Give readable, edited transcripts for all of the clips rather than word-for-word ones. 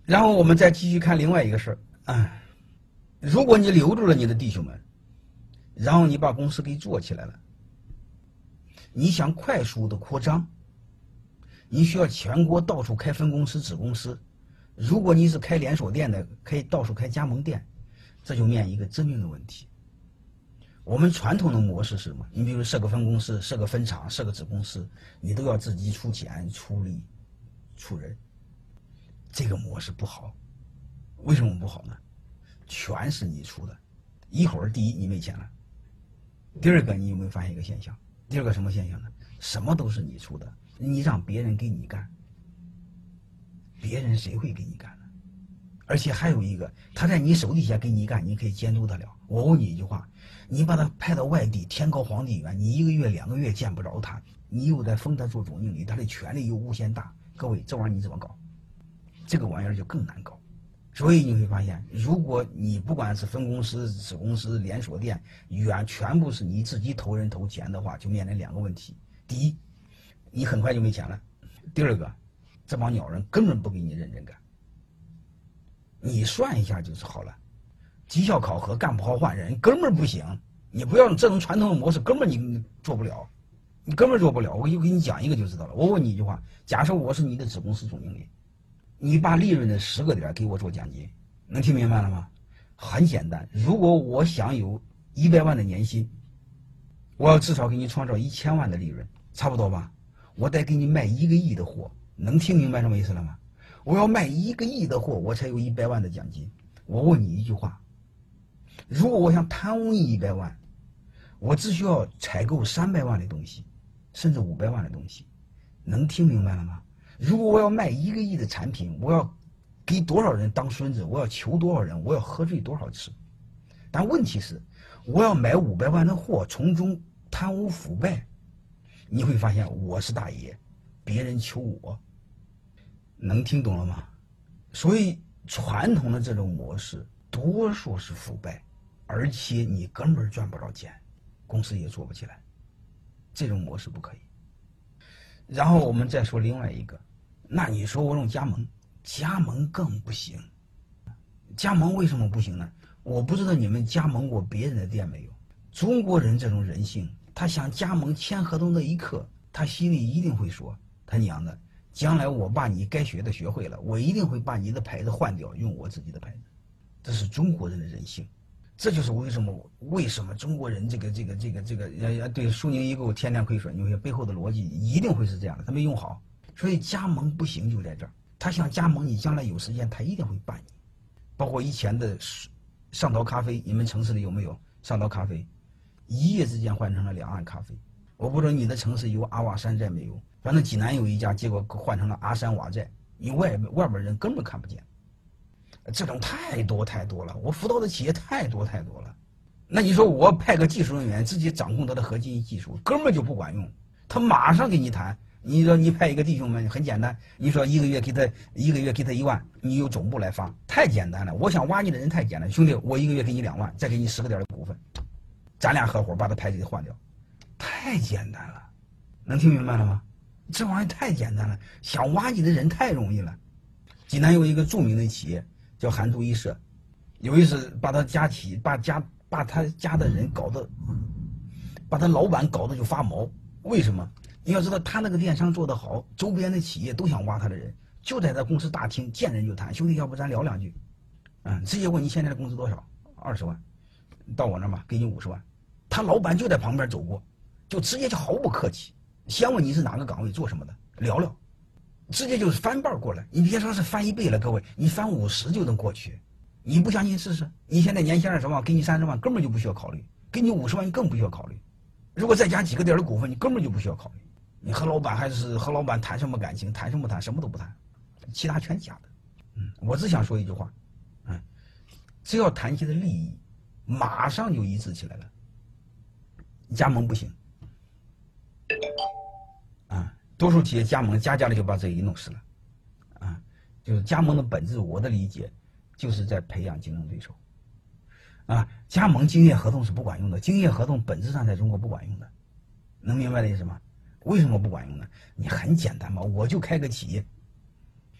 然后我们再继续看另外一个事儿，如果你留住了你的弟兄们，然后你把公司给做起来了，你想快速的扩张，你需要全国到处开分公司、子公司。如果你是开连锁店的，可以到处开加盟店，这就面临一个致命的问题。我们传统的模式是什么？你比如设个分公司、设个分厂、设个子公司，你都要自己出钱、出力、出人，这个模式不好。为什么不好呢？全是你出的，一会儿第一你没钱了，第二个你有没有发现一个现象？第二个什么现象呢？什么都是你出的，你让别人给你干，别人谁会给你干呢？而且还有一个，他在你手底下给你干，你可以监督得了。我问你一句话，你把他派到外地，天高皇帝远，你1个月2个月见不着他，你又在封他做总经理，他的权力又无限大，各位，这玩意儿你怎么搞？这个玩意儿就更难搞。所以你会发现，如果你不管是分公司、子公司、连锁店，全部是你自己投人投钱的话，就面临2个问题：第一，你很快就没钱了；第二个，这帮鸟人根本不给你认真干。你算一下就是好了，绩效考核干不好换人，根本不行。你不要用这种传统的模式，根本你做不了，你根本做不了。我就给你讲一个就知道了。我问你一句话：假设我是你的子公司总经理，你把利润的10个点给我做奖金，能听明白了吗？很简单，如果我想有100万的年薪，我要至少给你创造1000万的利润，差不多吧？我得给你卖1个亿的货，能听明白什么意思了吗？我要卖1个亿的货，我才有100万的奖金。我问你一句话：如果我想贪污你100万，我只需要采购300万的东西，甚至500万的东西，能听明白了吗？如果我要卖1个亿的产品，我要给多少人当孙子，我要求多少人，我要喝醉多少次。但问题是，我要买500万的货，从中贪污腐败，你会发现我是大爷，别人求我。能听懂了吗？所以传统的这种模式多数是腐败，而且你根本赚不着钱，公司也做不起来，这种模式不可以。然后我们再说另外一个，那你说我用加盟，加盟更不行。加盟为什么不行呢？我不知道你们加盟过别人的店没有。中国人这种人性，他想加盟签合同那一刻，他心里一定会说，他娘的，将来我把你该学的学会了，我一定会把你的牌子换掉，用我自己的牌子。这是中国人的人性。这就是为什么中国人对苏宁易购天天亏损，有些背后的逻辑一定会是这样的，他没用好。所以加盟不行就在这儿，他想加盟你，将来有时间他一定会办你。包括以前的上岛咖啡，你们城市里有没有上岛咖啡？一夜之间换成了两岸咖啡。我不知道你的城市有阿瓦山寨没有，反正济南有一家，结果换成了阿山瓦寨，你外边人根本看不见。这种太多了，我辅导的企业太多了。那你说我派个技术人员自己掌控他的核心技术，根本就不管用，他马上给你谈。你说你派一个弟兄们很简单，你说一个月给他1万，你由总部来发，太简单了。我想挖你的人太简单，兄弟，我一个月给你2万，再给你10个点的股份，咱俩合伙把他牌子给换掉，太简单了，能听明白了吗？这玩意太简单了，想挖你的人太容易了。济南有一个著名的企业叫韩都衣舍，有一次把他家的人搞得，把他老板搞得就发毛。为什么？你要知道他那个电商做得好，周边的企业都想挖他的人，就在他公司大厅见人就谈，兄弟，要不咱聊2句？直接问你现在的工资多少？20万，到我那吧，给你50万。他老板就在旁边走过，就直接就毫不客气，先问你是哪个岗位做什么的，聊聊，直接就是翻倍过来。你别说是翻1倍了，各位，你翻50就能过去。你不相信试试？你现在年薪20万，给你30万，根本就不需要考虑；给你50万，你更不需要考虑。如果再加几个点的股份，你根本就不需要考虑。你和老板谈什么感情？谈什么谈？什么都不谈，其他全假的。我只想说一句话，只要谈起的利益，马上就一致起来了。加盟不行，多数企业加盟加的就把这一弄死了，就是加盟的本质，我的理解就是在培养竞争对手。加盟竞业合同是不管用的，竞业合同本质上在中国不管用的，能明白的意思吗？为什么不管用呢？你很简单嘛，我就开个企业，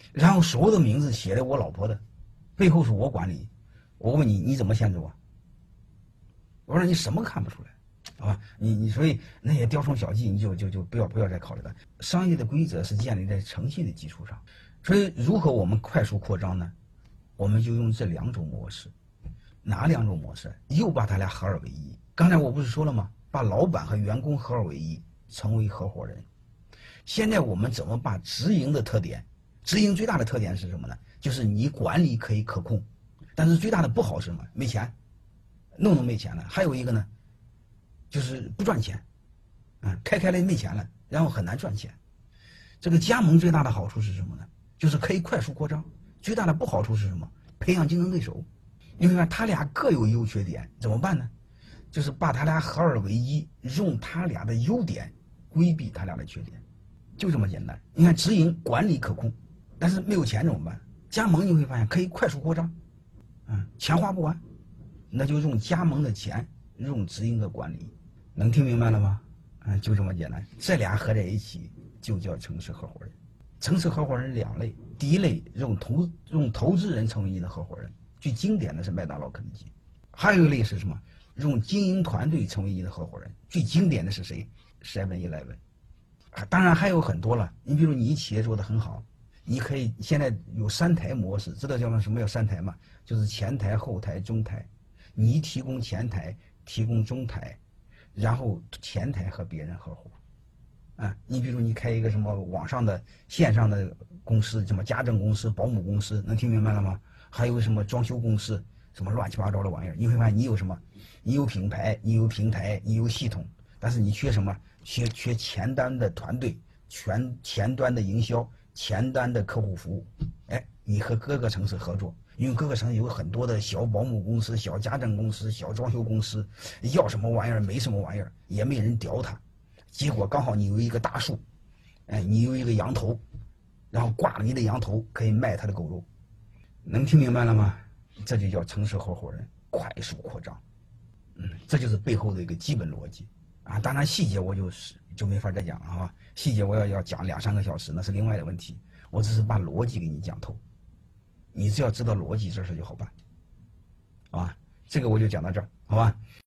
然后所有的名字写的我老婆的，背后是我管理。我问你，你怎么限制我？我说你什么看不出来，好吧？你所以那些雕虫小技，你就不要再考虑了。商业的规则是建立在诚信的基础上，所以如何我们快速扩张呢？我们就用这2种模式。哪2种模式？又把它俩合二为一。刚才我不是说了吗？把老板和员工合二为一，成为合伙人。现在我们怎么把直营的特点？直营最大的特点是什么呢？就是你管理可以可控，但是最大的不好是什么？没钱，弄没钱了。还有一个呢，就是不赚钱，开了没钱了，然后很难赚钱。这个加盟最大的好处是什么呢？就是可以快速扩张。最大的不好处是什么？培养竞争对手。你看他俩各有优缺点，怎么办呢？就是把他俩合二为一，用他俩的优点规避他俩的缺点，就这么简单。你看直营管理可控，但是没有钱怎么办？加盟你会发现可以快速扩张，钱花不完，那就用加盟的钱，用直营的管理，能听明白了吗？就这么简单。这俩合在一起就叫城市合伙人。城市合伙人2类，第一类用投资人成为你的合伙人，最经典的是麦当劳、肯德基。还有一类是什么？用经营团队成为你的合伙人，最经典的是谁？7-Eleven。当然还有很多了。你比如你企业做得很好，你可以现在有3台模式，知道什么叫3台吗？就是前台、后台、中台。你提供前台，提供中台，然后前台和别人合伙。你比如你开一个什么网上的线上的公司，什么家政公司、保姆公司，能听明白了吗？还有什么装修公司，什么乱七八糟的玩意儿，你会发现你有什么？你有品牌，你有平台，你有系统，但是你缺什么？缺前端的团队，前端的营销，前端的客户服务。你和各个城市合作，因为各个城市有很多的小保姆公司、小家政公司、小装修公司，要什么玩意儿没什么玩意儿，也没人屌他。结果刚好你有一个大树，你有一个羊头，然后挂了你的羊头可以卖他的狗肉，能听明白了吗？这就叫城市合伙人快速扩张。这就是背后的一个基本逻辑当然细节我就没法再讲了啊，细节我要讲2-3个小时，那是另外的问题。我只是把逻辑给你讲透，你只要知道逻辑，这事就好办，好吧？这个我就讲到这儿，好吧？